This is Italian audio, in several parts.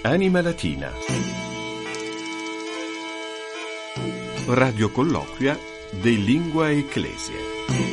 Anima Latina. Radio colloquia de Lingua Ecclesia.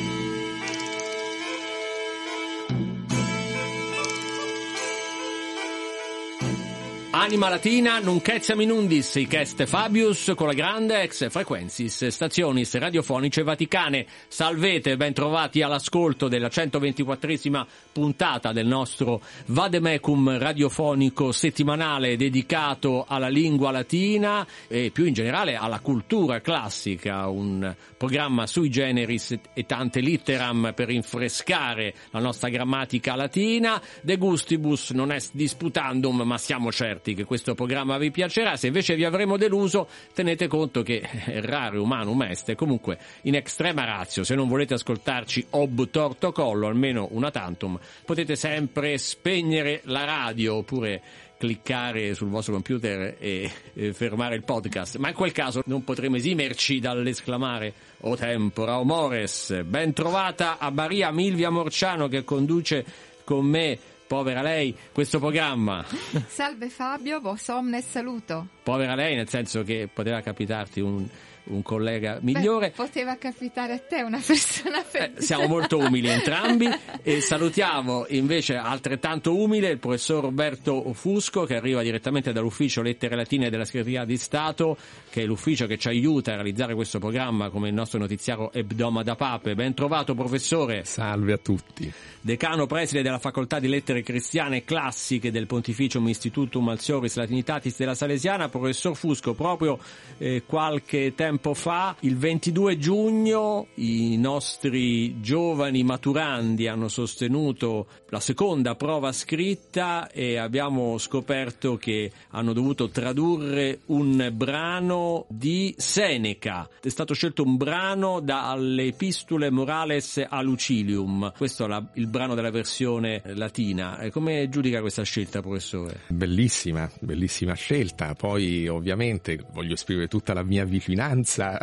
Anima Latina, nunc etiam inundis, hic est Fabius, con la grande ex frequensis stationis radiofonice Vaticane. Salvete, ben trovati all'ascolto della 124esima puntata del nostro Vademecum radiofonico settimanale dedicato alla lingua latina e più in generale alla cultura classica, un programma sui generis e tante litteram per rinfrescare la nostra grammatica latina. De gustibus non est disputandum, ma siamo certi che questo programma vi piacerà. Se invece vi avremo deluso, tenete conto che errare humanum est, comunque in extrema ratio. Se non volete ascoltarci ob torto collo, almeno una tantum, potete sempre spegnere la radio oppure cliccare sul vostro computer e fermare il podcast, ma in quel caso non potremo esimerci dall'esclamare o tempora o mores. Ben trovata a Maria Milvia Morciano, che conduce con me, povera lei, questo programma. Salve Fabio, vos omnes saluto. Povera lei nel senso che poteva capitarti un collega migliore. Poteva capitare a te una persona siamo molto umili entrambi e salutiamo invece altrettanto umile il professor Roberto Fusco, che arriva direttamente dall'ufficio Lettere Latine della Segreteria di Stato, che è l'ufficio che ci aiuta a realizzare questo programma come il nostro notiziario Hebdomada Pape. Ben trovato, professore. Salve a tutti. Decano preside della Facoltà di Lettere Cristiane e Classiche del Pontificium Institutum Altioris Latinitatis della Salesiana. Professor Fusco, proprio qualche tempo fa, il 22 giugno, i nostri giovani maturandi hanno sostenuto la seconda prova scritta e abbiamo scoperto che hanno dovuto tradurre un brano di Seneca. È stato scelto un brano dalle Epistulae Morales a Lucilium. Questo è il brano della versione latina. Come giudica questa scelta, professore? Bellissima scelta. Poi ovviamente voglio esprimere tutta la mia vicinanza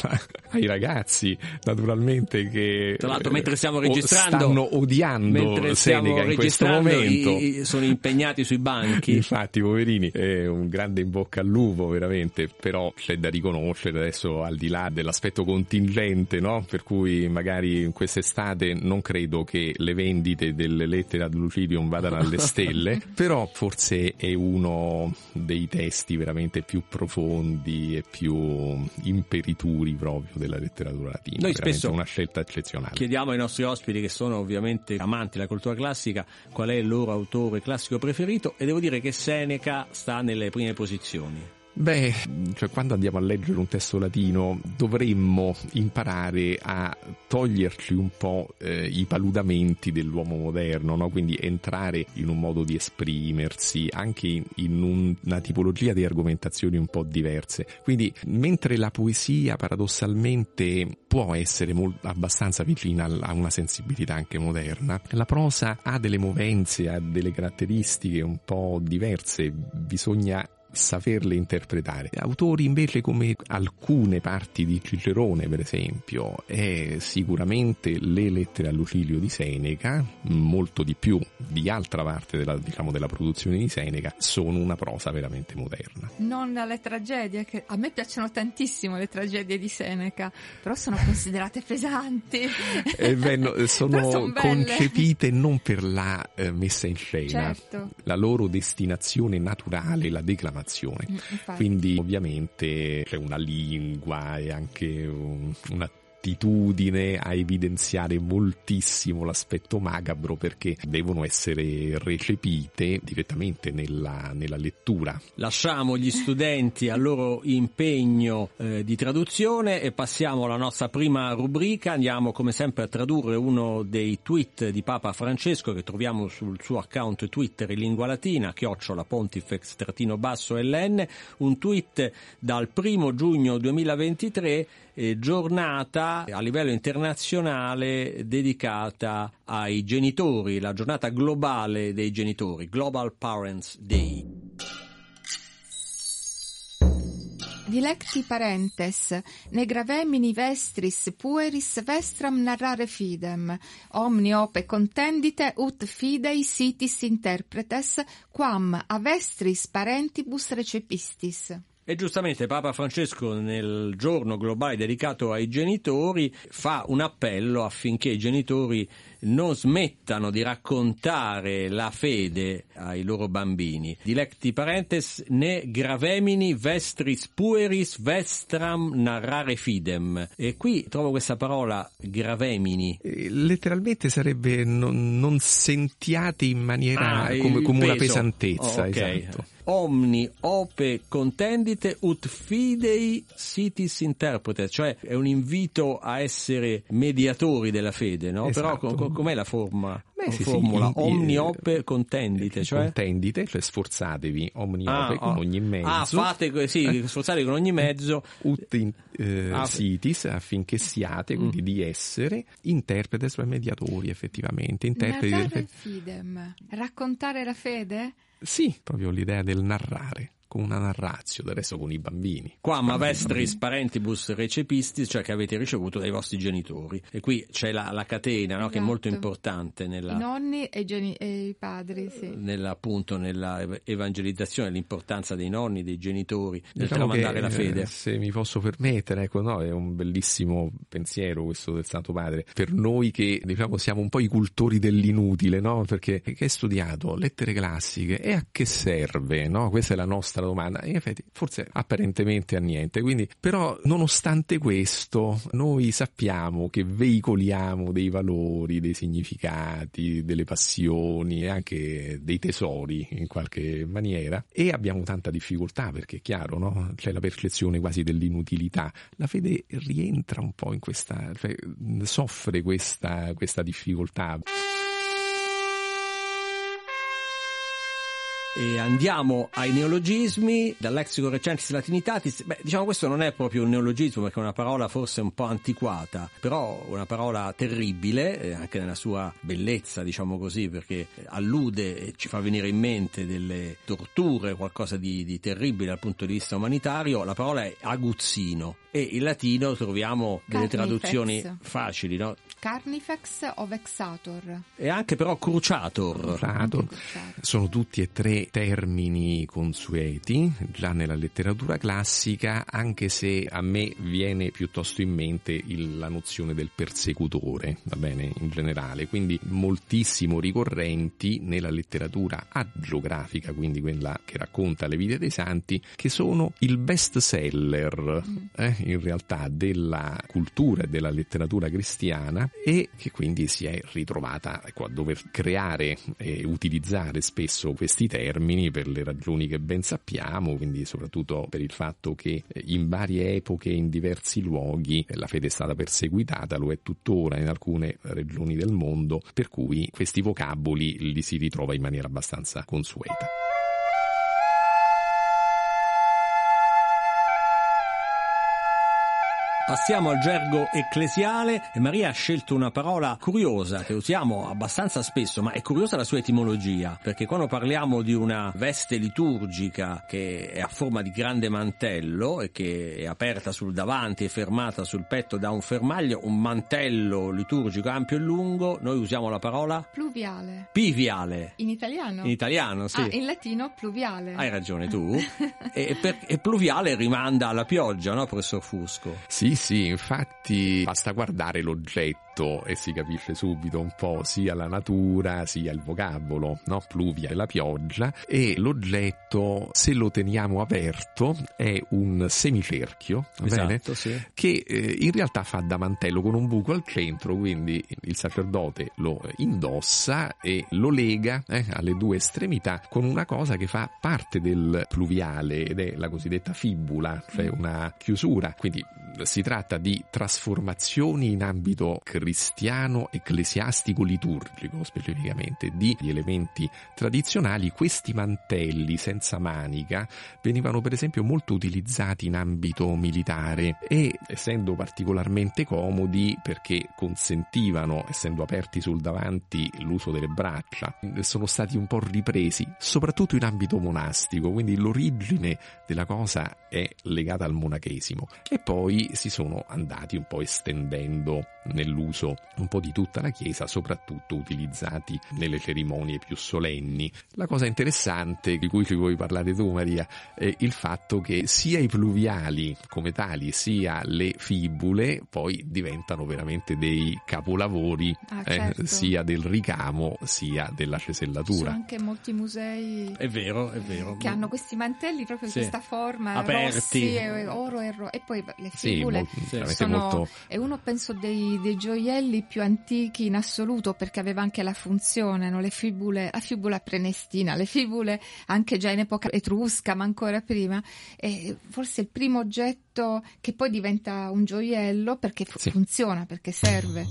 ai ragazzi, naturalmente, che tra l'altro mentre stiamo registrando stanno odiando Seneca in questo momento, sono impegnati sui banchi. Infatti, poverini, è un grande in bocca al lupo veramente, però c'è da riconoscere adesso, al di là dell'aspetto contingente, no? Per cui magari in quest'estate non credo che le vendite delle lettere ad Lucilium vadano alle stelle, però forse è uno dei testi veramente più profondi e più imperituri proprio della letteratura latina. Noi veramente spesso una scelta eccezionale. Chiediamo ai nostri ospiti, che sono ovviamente amanti della cultura classica, qual è il loro autore classico preferito, e devo dire che Seneca sta nelle prime posizioni. Quando andiamo a leggere un testo latino dovremmo imparare a toglierci un po' i paludamenti dell'uomo moderno, no? Quindi entrare in un modo di esprimersi, anche in una tipologia di argomentazioni un po' diverse. Quindi mentre la poesia paradossalmente può essere abbastanza vicina a una sensibilità anche moderna, la prosa ha delle movenze, ha delle caratteristiche un po' diverse, bisogna saperle interpretare. Autori invece come alcune parti di Cicerone, per esempio, è sicuramente le lettere a Lucilio di Seneca, molto di più di altra parte della produzione di Seneca, sono una prosa veramente moderna. Non le tragedie, che a me piacciono tantissimo le tragedie di Seneca, però sono considerate pesanti. Sono concepite non per la messa in scena, certo. La loro destinazione naturale, la declamazione. Quindi ovviamente c'è una lingua e anche un'attitudine a evidenziare moltissimo l'aspetto macabro, perché devono essere recepite direttamente nella lettura. Lasciamo gli studenti al loro impegno di traduzione e passiamo alla nostra prima rubrica. Andiamo come sempre a tradurre uno dei tweet di Papa Francesco che troviamo sul suo account Twitter in lingua latina, @pontifex_LN, un tweet dal 1 giugno 2023, giornata a livello internazionale dedicata ai genitori, la giornata globale dei genitori, Global Parents Day. Dilecti parentes, ne gravemini vestris pueris vestram narrare fidem, omni ope contendite ut fidei sitis interpretes, quam a vestris parentibus recepistis. E giustamente Papa Francesco, nel giorno globale dedicato ai genitori, fa un appello affinché i genitori non smettano di raccontare la fede ai loro bambini. Dilecti parentes, ne gravemini vestris pueris vestram narrare fidem. E qui trovo questa parola gravemini. Letteralmente sarebbe non sentiate in maniera come una pesantezza. Okay. Esatto. Omni ope contendite ut fidei sitis interpretes, cioè è un invito a essere mediatori della fede, no? Esatto. Però com'è la forma? Sì, formula? Sì, omni ope contendite, cioè? Contendite, cioè sforzatevi, omni ope con ogni mezzo. Sforzatevi con ogni mezzo. Ut sitis, affinché siate, quindi di essere, interpretes, cioè mediatori effettivamente. Interpreti narrare fidem, raccontare la fede? Sì, proprio l'idea del narrare, con una narratio, del resto con i bambini. Quam vestris parentibus recepistis, cioè che avete ricevuto dai vostri genitori. E qui c'è la catena, no? Che è molto importante nella... I nonni e i padri, sì. Nella evangelizzazione, l'importanza dei nonni, dei genitori, nel tramandare la fede. Se mi posso permettere, è un bellissimo pensiero questo del Santo Padre. Per noi che, siamo un po' i cultori dell'inutile, no? Perché che hai studiato lettere classiche, e a che serve, no? Questa è la nostra domanda. In effetti forse apparentemente a niente, quindi però nonostante questo noi sappiamo che veicoliamo dei valori, dei significati, delle passioni e anche dei tesori in qualche maniera, e abbiamo tanta difficoltà perché è chiaro, no? C'è la percezione quasi dell'inutilità. La fede rientra un po' in questa, cioè soffre questa difficoltà. E andiamo ai neologismi, dal Lexico Recensis Latinitatis. Questo non è proprio un neologismo perché è una parola forse un po' antiquata, però una parola terribile, anche nella sua bellezza, così, perché allude e ci fa venire in mente delle torture, qualcosa di terribile dal punto di vista umanitario. La parola è aguzzino e in latino troviamo delle traduzioni facili, no? Carnifex o vexator. E anche però cruciator. Sono tutti e tre termini consueti già nella letteratura classica, anche se a me viene piuttosto in mente la nozione del persecutore, va bene, in generale, quindi moltissimo ricorrenti nella letteratura agiografica, quindi quella che racconta le vite dei santi, che sono il best seller in realtà della cultura e della letteratura cristiana, e che quindi si è ritrovata a dover creare e utilizzare spesso questi termini per le ragioni che ben sappiamo, quindi soprattutto per il fatto che in varie epoche, in diversi luoghi, la fede è stata perseguitata, lo è tuttora in alcune regioni del mondo, per cui questi vocaboli li si ritrova in maniera abbastanza consueta. Passiamo al gergo ecclesiale e Maria ha scelto una parola curiosa che usiamo abbastanza spesso, ma è curiosa la sua etimologia, perché quando parliamo di una veste liturgica che è a forma di grande mantello e che è aperta sul davanti e fermata sul petto da un fermaglio, un mantello liturgico ampio e lungo, noi usiamo la parola pluviale. Piviale. In italiano? In italiano, sì. In latino pluviale. Hai ragione tu. e pluviale rimanda alla pioggia, no, professor Fusco? Sì, infatti basta guardare l'oggetto e si capisce subito un po' sia la natura sia il vocabolo, no? Pluvia è la pioggia, e l'oggetto, se lo teniamo aperto, è un semicerchio, esatto, bene? Sì. Che in realtà fa da mantello con un buco al centro, quindi il sacerdote lo indossa e lo lega alle due estremità con una cosa che fa parte del pluviale ed è la cosiddetta fibula, cioè una chiusura. Quindi si tratta di trasformazioni in ambito cristiano cristiano ecclesiastico liturgico, specificamente di elementi tradizionali, questi mantelli senza manica venivano per esempio molto utilizzati in ambito militare e essendo particolarmente comodi perché consentivano, essendo aperti sul davanti, l'uso delle braccia, sono stati un po' ripresi soprattutto in ambito monastico, quindi l'origine della cosa è legata al monachesimo e poi si sono andati un po' estendendo nell'uso un po' di tutta la Chiesa, soprattutto utilizzati nelle cerimonie più solenni. La cosa interessante di cui ci vuoi parlare tu, Maria, è il fatto che sia i pluviali come tali sia le fibule poi diventano veramente dei capolavori, certo. sia del ricamo sia della cesellatura. Ci sono anche molti musei è vero. che hanno questi mantelli proprio in questa forma, aperti, rossi, oro e poi le fibule sono molto... è uno penso dei gioielli più antichi in assoluto, perché aveva anche la funzione, no? La fibula prenestina, le fibule anche già in epoca etrusca ma ancora prima, e forse il primo oggetto che poi diventa un gioiello perché funziona, perché serve.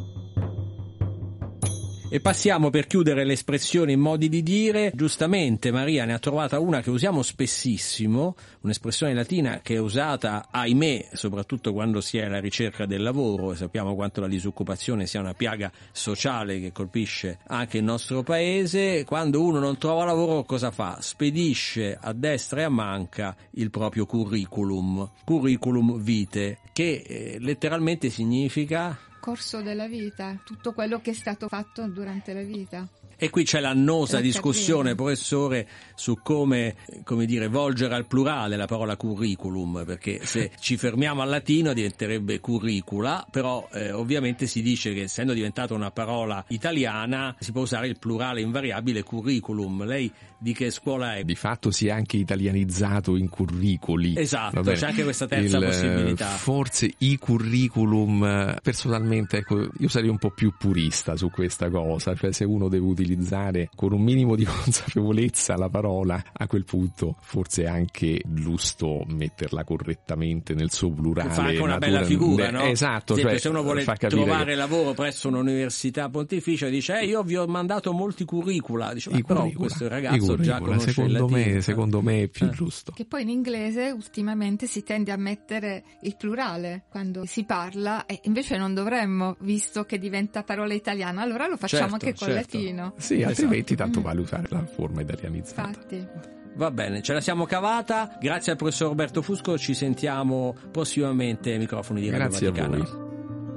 E passiamo, per chiudere, le espressioni in modi di dire. Giustamente Maria ne ha trovata una che usiamo spessissimo, un'espressione latina che è usata, ahimè, soprattutto quando si è alla ricerca del lavoro, e sappiamo quanto la disoccupazione sia una piaga sociale che colpisce anche il nostro paese. Quando uno non trova lavoro cosa fa? Spedisce a destra e a manca il proprio curriculum vitae, che letteralmente significa... corso della vita, tutto quello che è stato fatto durante la vita. E qui c'è l'annosa discussione, professore, su come dire, volgere al plurale la parola curriculum, perché se ci fermiamo al latino diventerebbe curricula, però ovviamente si dice che essendo diventata una parola italiana si può usare il plurale invariabile curriculum. Lei di che scuola è? Di fatto si è anche italianizzato in curricoli. Esatto, c'è anche questa terza possibilità. Forse i curriculum, personalmente, ecco, io sarei un po' più purista su questa cosa, cioè se uno deve utilizzare con un minimo di consapevolezza la parola, a quel punto forse è anche giusto metterla correttamente nel suo plurale. Fa anche una bella figura, no? Esatto. Cioè, se uno vuole trovare lavoro presso un'università pontificia dice io vi ho mandato molti curricula, dice, ma però questo ragazzo già conosce il latino. Secondo me è più giusto. Che poi in inglese ultimamente si tende a mettere il plurale quando si parla e invece non dovremmo, visto che diventa parola italiana, allora lo facciamo anche col latino. Sì, altrimenti tanto vale usare la forma italianizzata. Infatti. Va bene, ce la siamo cavata. Grazie al professor Roberto Fusco, ci sentiamo prossimamente ai microfoni di Radio Vaticana. Grazie a voi.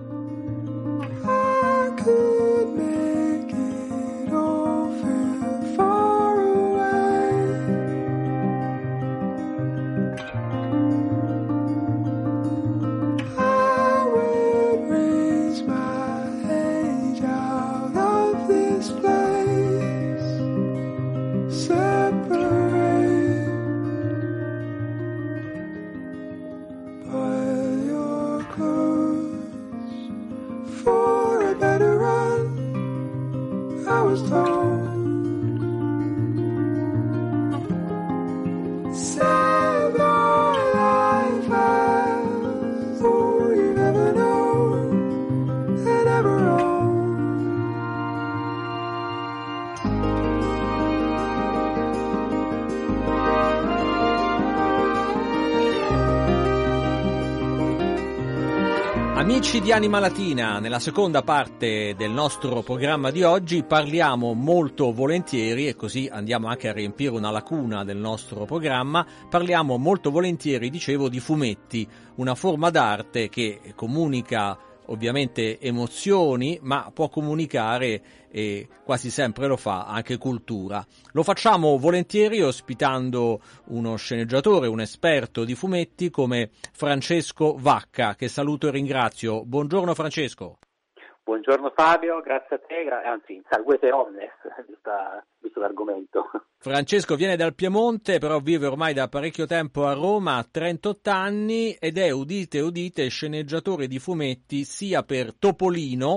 Amici di Anima Latina, nella seconda parte del nostro programma di oggi parliamo molto volentieri, e così andiamo anche a riempire una lacuna del nostro programma, parliamo molto volentieri, dicevo, di fumetti, una forma d'arte che comunica ovviamente emozioni, ma può comunicare, e quasi sempre lo fa, anche cultura. Lo facciamo volentieri ospitando uno sceneggiatore, un esperto di fumetti come Francesco Vacca, che saluto e ringrazio. Buongiorno Francesco. Buongiorno Fabio, grazie a te, anzi salvete omnes, visto l'argomento. Francesco viene dal Piemonte, però vive ormai da parecchio tempo a Roma, ha 38 anni ed è, udite udite, sceneggiatore di fumetti sia per Topolino,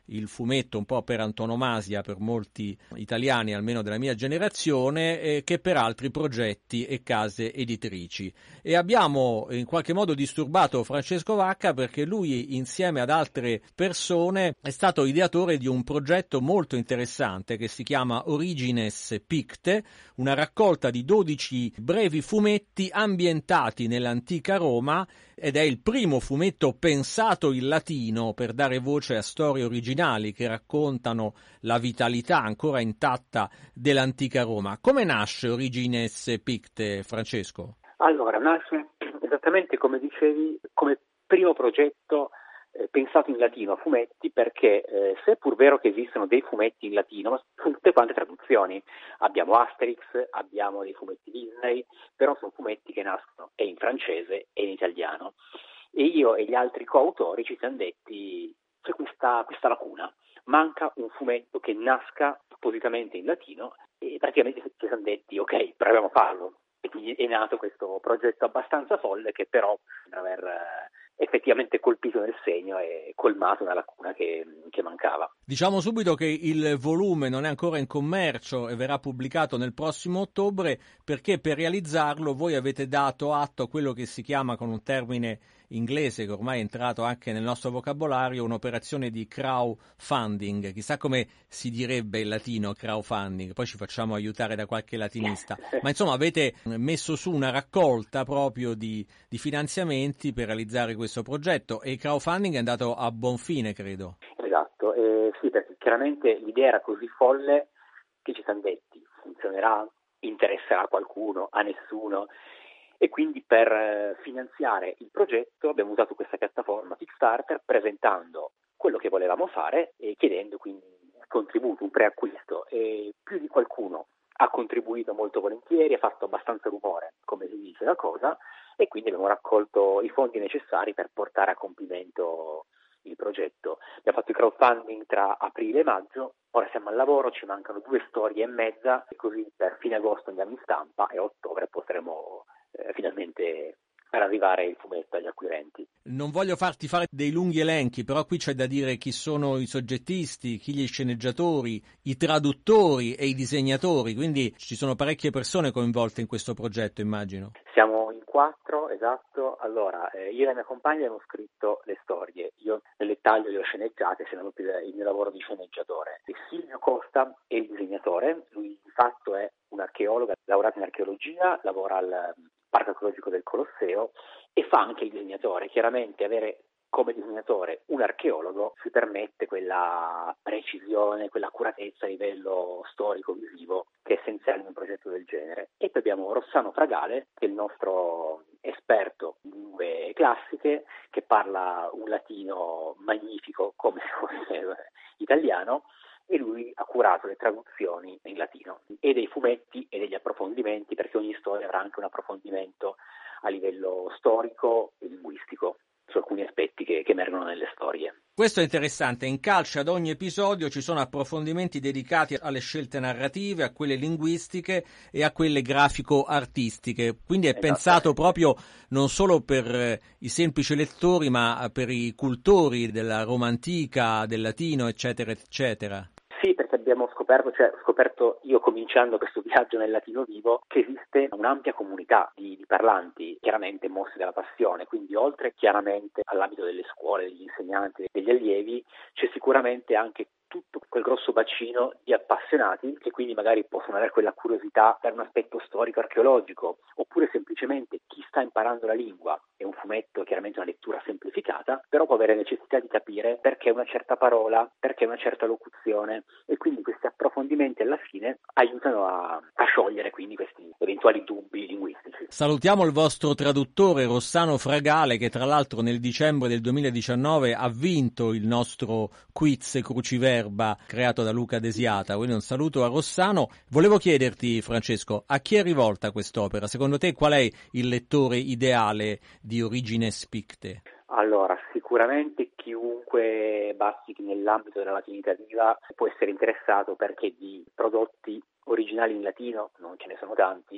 il fumetto un po' per antonomasia per molti italiani, almeno della mia generazione, che per altri progetti e case editrici. E abbiamo in qualche modo disturbato Francesco Vacca perché lui, insieme ad altre persone, è stato ideatore di un progetto molto interessante che si chiama Origines Picte, una raccolta di 12 brevi fumetti ambientati nell'antica Roma, ed è il primo fumetto pensato in latino per dare voce a storie originali che raccontano la vitalità ancora intatta dell'antica Roma. Come nasce Origines Picte, Francesco? Allora, nasce esattamente come dicevi, come primo progetto pensato in latino a fumetti, perché se è pur vero che esistono dei fumetti in latino, ma sono tutte quante traduzioni. Abbiamo Asterix, abbiamo dei fumetti Disney, però sono fumetti che nascono e in francese e in italiano. E io e gli altri coautori ci siamo detti: c'è questa lacuna, manca un fumetto che nasca appositamente in latino, e praticamente ci siamo detti: ok, proviamo a farlo. E quindi è nato questo progetto abbastanza folle che però sembra aver effettivamente colpito nel segno e colmato una lacuna che mancava. Diciamo subito che il volume non è ancora in commercio e verrà pubblicato nel prossimo ottobre, perché per realizzarlo voi avete dato atto a quello che si chiama, con un termine inglese che ormai è entrato anche nel nostro vocabolario, un'operazione di crowdfunding. Chissà come si direbbe in latino crowdfunding, poi ci facciamo aiutare da qualche latinista. Ma insomma avete messo su una raccolta proprio di finanziamenti per realizzare questo progetto, e il crowdfunding è andato a buon fine, credo. Esatto, sì, perché chiaramente l'idea era così folle che ci siamo detti: funzionerà, interesserà a qualcuno, a nessuno. E quindi per finanziare il progetto abbiamo usato questa piattaforma Kickstarter, presentando quello che volevamo fare e chiedendo quindi un contributo, un preacquisto, e più di qualcuno ha contribuito molto volentieri, ha fatto abbastanza rumore, come si dice la cosa, e quindi abbiamo raccolto i fondi necessari per portare a compimento il progetto. Abbiamo fatto il crowdfunding tra aprile e maggio, ora siamo al lavoro, ci mancano 2 storie e mezza, e così per fine agosto andiamo in stampa e a ottobre potremo finalmente far arrivare il fumetto agli acquirenti. Non voglio farti fare dei lunghi elenchi, però qui c'è da dire chi sono i soggettisti, chi gli sceneggiatori, i traduttori e i disegnatori, quindi ci sono parecchie persone coinvolte in questo progetto, immagino. Siamo in 4, esatto. Allora, io e la mia compagna abbiamo scritto le storie, io nel dettaglio le ho sceneggiate, se non il mio lavoro di sceneggiatore. E Silvio Costa è il disegnatore, lui di fatto è un archeologo, laureato in archeologia, lavora al Parco Archeologico del Colosseo e fa anche il disegnatore. Chiaramente avere come disegnatore un archeologo ci permette quella precisione, quell'accuratezza a livello storico-visivo che è essenziale in un progetto del genere. E poi abbiamo Rossano Fragale, che è il nostro esperto in lingue classiche, che parla un latino magnifico come se fosse italiano, e lui ha curato le traduzioni in latino e dei fumetti e degli approfondimenti, perché ogni storia avrà anche un approfondimento a livello storico e linguistico su alcuni aspetti che emergono nelle storie. Questo è interessante, in Calce ad ogni episodio ci sono approfondimenti dedicati alle scelte narrative, a quelle linguistiche e a quelle grafico-artistiche, quindi è pensato proprio non solo per i semplici lettori, ma per i cultori della Roma antica, del latino, eccetera, eccetera. Sì, perché abbiamo scoperto io cominciando questo viaggio nel latino vivo, che esiste un'ampia comunità di parlanti chiaramente mossi dalla passione, quindi oltre chiaramente all'ambito delle scuole, degli insegnanti, degli allievi, c'è sicuramente anche tutto quel grosso bacino di appassionati che quindi magari possono avere quella curiosità per un aspetto storico-archeologico, oppure semplicemente chi sta imparando la lingua. È un fumetto, chiaramente una lettura semplificata, però può avere necessità di capire perché una certa parola, perché una certa locuzione, e quindi questi approfondimenti alla fine aiutano a sciogliere quindi questi eventuali dubbi linguistici. Salutiamo il vostro traduttore Rossano Fragale, che tra l'altro nel dicembre del 2019 ha vinto il nostro quiz Cruciverba creato da Luca Desiata, quindi un saluto a Rossano. Volevo chiederti, Francesco, a chi è rivolta quest'opera? Secondo te qual è il lettore ideale di Origines Picte? Allora, sicuramente chiunque bazzichi nell'ambito della latinità viva può essere interessato, perché di prodotti originali in latino non ce ne sono tanti,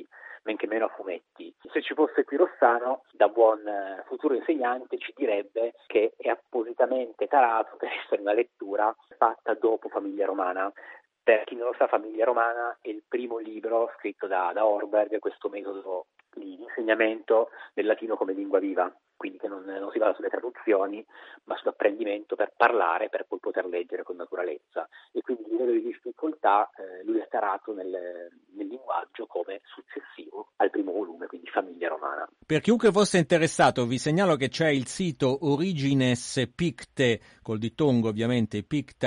men che meno a fumetti. Se ci fosse qui Rossano, da buon futuro insegnante, ci direbbe che è appositamente tarato per essere una lettura fatta dopo Famiglia Romana. Per chi non lo sa, Famiglia Romana è il primo libro scritto da Orberg, questo metodo di insegnamento del latino come lingua viva, quindi che non si basa sulle traduzioni, ma sull'apprendimento per parlare, per poi poter leggere con naturalezza. E quindi il livello di difficoltà lui è tarato nel linguaggio come successivo al primo volume, quindi Famiglia Romana. Per chiunque fosse interessato, vi segnalo che c'è il sito Origines Pictae, col dittongo ovviamente,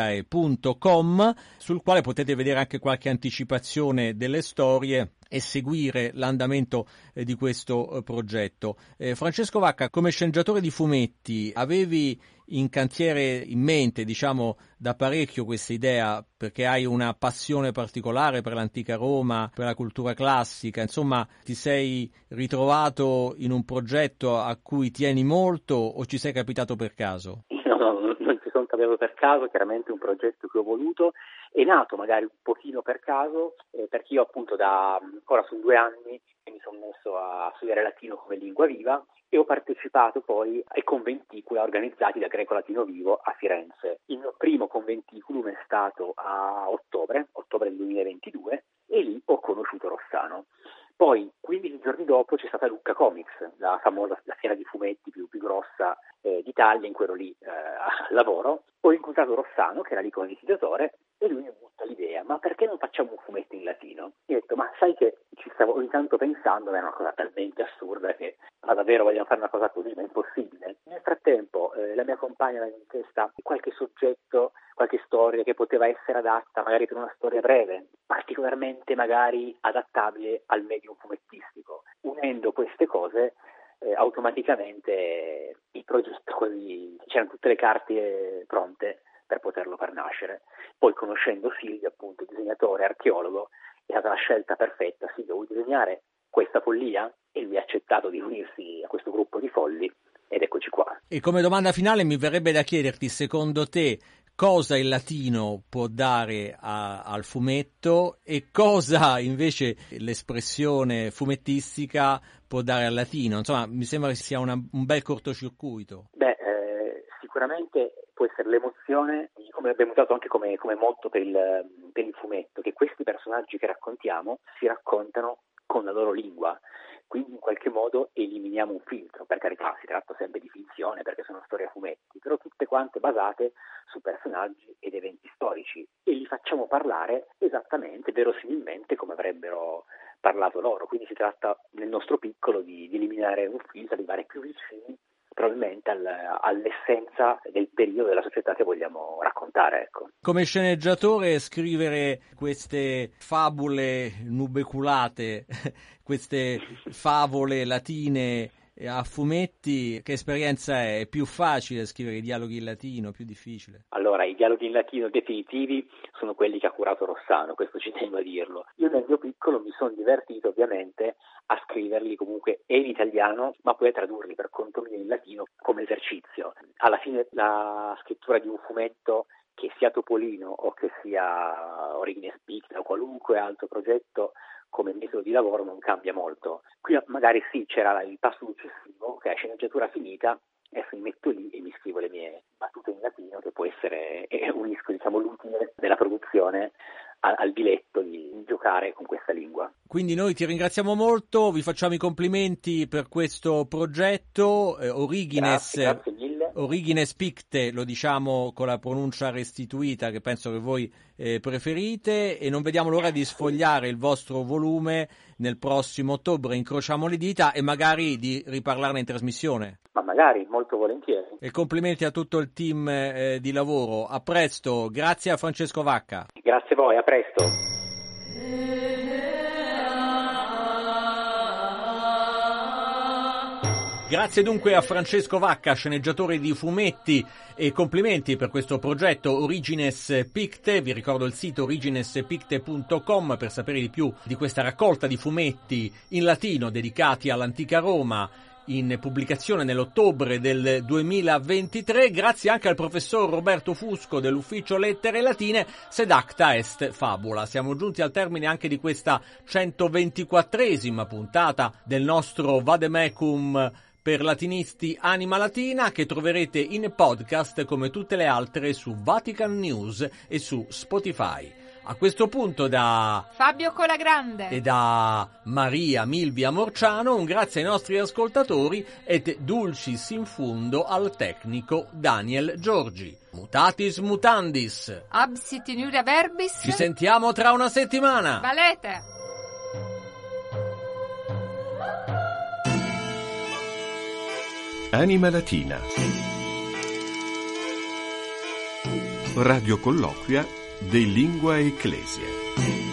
pictae.com, sul quale potete vedere anche qualche anticipazione delle storie e seguire l'andamento di questo progetto. Francesco Vacca, come sceneggiatore di fumetti, avevi in cantiere in mente, diciamo, da parecchio questa idea, perché hai una passione particolare per l'antica Roma, per la cultura classica, insomma, ti sei ritrovato in un progetto a cui tieni molto o ci sei capitato per caso? No, non ci sono capitato per caso, chiaramente è un progetto che ho voluto, è nato magari un pochino per caso, perché io appunto ora sono 2 anni che mi sono messo a studiare latino come lingua viva e ho partecipato poi ai conventiculi organizzati da Greco Latino Vivo a Firenze. Il mio primo conventiculum è stato a ottobre del 2022 e lì ho conosciuto Rossano. Poi, 15 giorni dopo, c'è stata Lucca Comics, la fiera di fumetti più grossa d'Italia, in cui ero lì a lavoro. Ho incontrato Rossano, che era lì come visitatore, e lui mi butta l'idea: ma perché non facciamo un fumetto in latino? E ho detto: ma sai che ci stavo ogni tanto pensando, è una cosa talmente assurda che ma davvero vogliamo fare una cosa così, ma è impossibile. Nel frattempo la mia compagna aveva in testa qualche soggetto, qualche storia che poteva essere adatta magari per una storia breve, particolarmente magari adattabile al medium fumettistico. Unendo queste cose automaticamente il progetto, così c'erano tutte le carte pronte per poterlo far nascere. Poi, conoscendo Silvio, appunto disegnatore, archeologo, è stata la scelta perfetta. Silvio, vuoi disegnare questa follia? E lui ha accettato di unirsi a questo gruppo di folli ed eccoci qua. E come domanda finale mi verrebbe da chiederti, secondo te, cosa il latino può dare al fumetto e cosa invece l'espressione fumettistica può dare al latino? Insomma, mi sembra che sia un bel cortocircuito. Sicuramente può essere l'emozione, come abbiamo usato anche come motto per il fumetto, che questi personaggi che raccontiamo si raccontano con la loro lingua. Quindi in qualche modo eliminiamo un filtro. Per carità, si tratta sempre di finzione perché sono storie a fumetti, però tutte quante basate su personaggi ed eventi storici e li facciamo parlare esattamente, verosimilmente come avrebbero parlato loro. Quindi si tratta nel nostro piccolo di eliminare un filtro, arrivare più vicini probabilmente all'essenza del periodo della società che vogliamo raccontare, ecco. Come sceneggiatore, scrivere queste fabule nubeculate, queste favole latine a fumetti, che esperienza è? È più facile scrivere i dialoghi in latino, più difficile? Allora, i dialoghi in latino definitivi sono quelli che ha curato Rossano, questo ci tengo a dirlo. Io nel mio piccolo mi sono divertito ovviamente a scriverli comunque in italiano, ma poi a tradurli per conto mio in latino come esercizio. Alla fine la scrittura di un fumetto, che sia Topolino o che sia Origines Pictae o qualunque altro progetto, come metodo di lavoro non cambia molto. Qui magari sì, c'era il passo successivo, che è sceneggiatura finita, adesso mi metto lì e mi scrivo le mie battute in latino, che può essere, unisco l'utile della produzione al diletto di giocare con questa lingua. Quindi noi ti ringraziamo molto, vi facciamo i complimenti per questo progetto. Origines, grazie mille. Origines Pictae, lo diciamo con la pronuncia restituita che penso che voi preferite, e non vediamo l'ora di sfogliare il vostro volume nel prossimo ottobre. Incrociamo le dita e magari di riparlarne in trasmissione. Ma magari, molto volentieri. E complimenti a tutto il team di lavoro. A presto, grazie a Francesco Vacca. Grazie a voi, a presto. Grazie dunque a Francesco Vacca, sceneggiatore di fumetti, e complimenti per questo progetto Origines Pictae. Vi ricordo il sito originespictae.com per sapere di più di questa raccolta di fumetti in latino dedicati all'antica Roma, in pubblicazione nell'ottobre del 2023, grazie anche al professor Roberto Fusco dell'Ufficio Lettere Latine, sed acta est fabula. Siamo giunti al termine anche di questa 124esima puntata del nostro Vademecum per latinisti Anima Latina, che troverete in podcast come tutte le altre su Vatican News e su Spotify. A questo punto da Fabio Colagrande e da Maria Milvia Morciano un grazie ai nostri ascoltatori et dulcis in fundo al tecnico Daniel Giorgi. Mutatis mutandis. Absit in iuria verbis. Ci sentiamo tra una settimana. Valete. Anima Latina. Radio colloquia de Lingua Ecclesia.